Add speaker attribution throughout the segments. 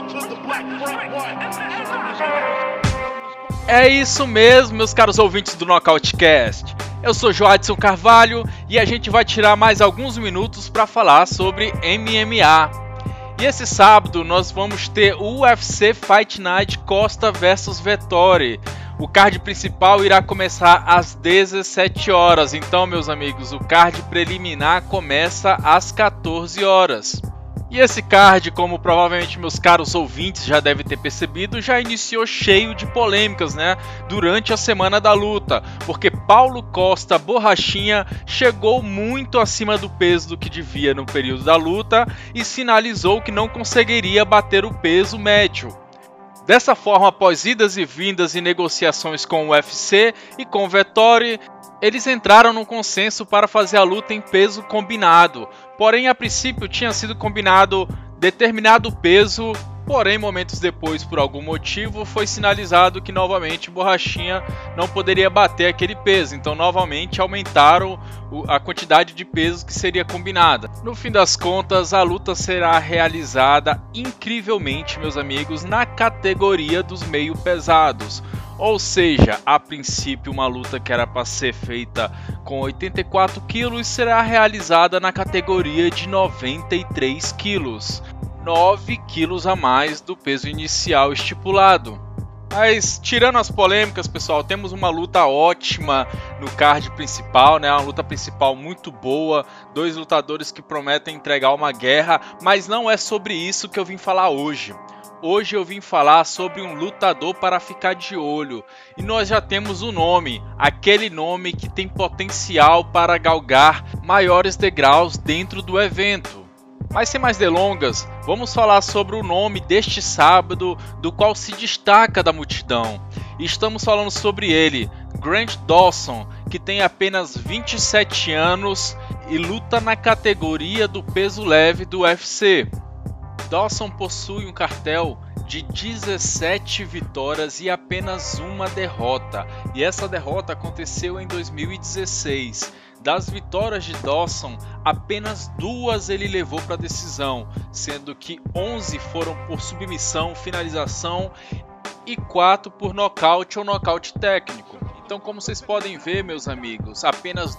Speaker 1: É isso mesmo, meus caros ouvintes do Nocautecast. Eu sou Joadson Carvalho e a gente vai tirar mais alguns minutos para falar sobre MMA. E esse sábado nós vamos ter o UFC Fight Night Costa vs Vettori. O card principal irá começar às 17 horas. Então, meus amigos, o card preliminar começa às 14 horas. E esse card, como provavelmente meus caros ouvintes já devem ter percebido, já iniciou cheio de polêmicas, né? Durante a semana da luta, porque Paulo Costa Borrachinha chegou muito acima do peso do que devia no período da luta e sinalizou que não conseguiria bater o peso médio. Dessa forma, após idas e vindas e negociações com o UFC e com o Vettori, eles entraram num consenso para fazer a luta em peso combinado. Porém, a princípio tinha sido combinado determinado peso, porém momentos depois, por algum motivo, foi sinalizado que novamente Borrachinha não poderia bater aquele peso. Então novamente aumentaram a quantidade de pesos que seria combinada. No fim das contas, a luta será realizada incrivelmente, meus amigos, na categoria dos meio pesados. Ou seja, a princípio uma luta que era para ser feita com 84 quilos será realizada na categoria de 93 quilos. 9 quilos a mais do peso inicial estipulado. Mas tirando as polêmicas, pessoal, temos uma luta ótima no card principal, né? Uma luta principal muito boa, dois lutadores que prometem entregar uma guerra, mas não é sobre isso que eu vim falar hoje. Hoje eu vim falar sobre um lutador para ficar de olho, e nós já temos o nome, aquele nome que tem potencial para galgar maiores degraus dentro do evento. Mas sem mais delongas, vamos falar sobre o nome deste sábado, do qual se destaca da multidão. E estamos falando sobre ele, Grant Dawson, que tem apenas 27 anos e luta na categoria do peso leve do UFC. Dawson possui um cartel de 17 vitórias e apenas uma derrota, e essa derrota aconteceu em 2016. Das vitórias de Dawson, apenas 2 ele levou para decisão, sendo que 11 foram por submissão, finalização e 4 por nocaute ou nocaute técnico. Então, como vocês podem ver, meus amigos, apenas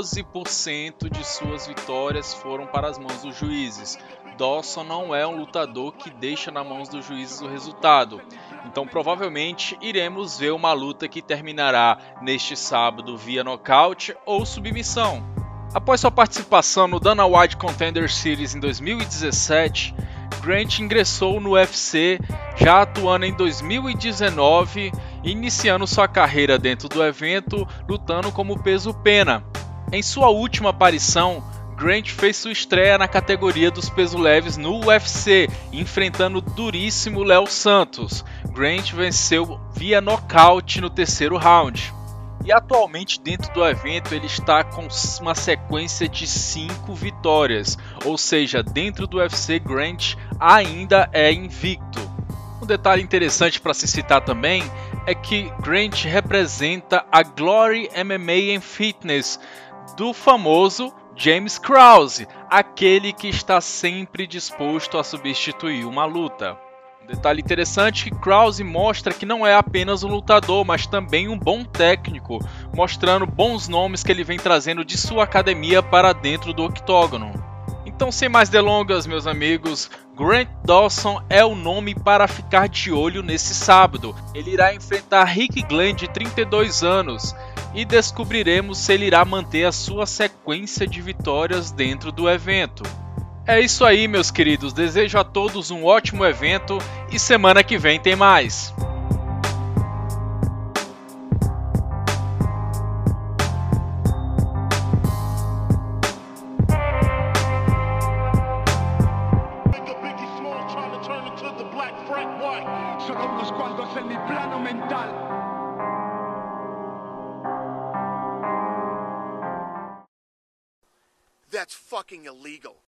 Speaker 1: 12% de suas vitórias foram para as mãos dos juízes. Dawson não é um lutador que deixa nas mãos dos juízes o resultado. Então, provavelmente, iremos ver uma luta que terminará neste sábado via nocaute ou submissão. Após sua participação no Dana White Contender Series em 2017, Grant ingressou no UFC, já atuando em 2019 e iniciando sua carreira dentro do evento, lutando como peso pena. Em sua última aparição, Grant fez sua estreia na categoria dos pesos leves no UFC, enfrentando o duríssimo Léo Santos. Grant venceu via nocaute no terceiro round. E atualmente dentro do evento ele está com uma sequência de 5 vitórias, ou seja, dentro do UFC Grant ainda é invicto. Um detalhe interessante para se citar também é que Grant representa a Glory MMA and Fitness do famoso James Krause, aquele que está sempre disposto a substituir uma luta. Um detalhe interessante é que Krause mostra que não é apenas um lutador, mas também um bom técnico, mostrando bons nomes que ele vem trazendo de sua academia para dentro do octógono. Então, sem mais delongas, meus amigos, Grant Dawson é o nome para ficar de olho nesse sábado. Ele irá enfrentar Rick Glenn, de 32 anos, e descobriremos se ele irá manter a sua sequência de vitórias dentro do evento. É isso aí, meus queridos. Desejo a todos um ótimo evento e semana que vem tem mais.
Speaker 2: That's fucking illegal.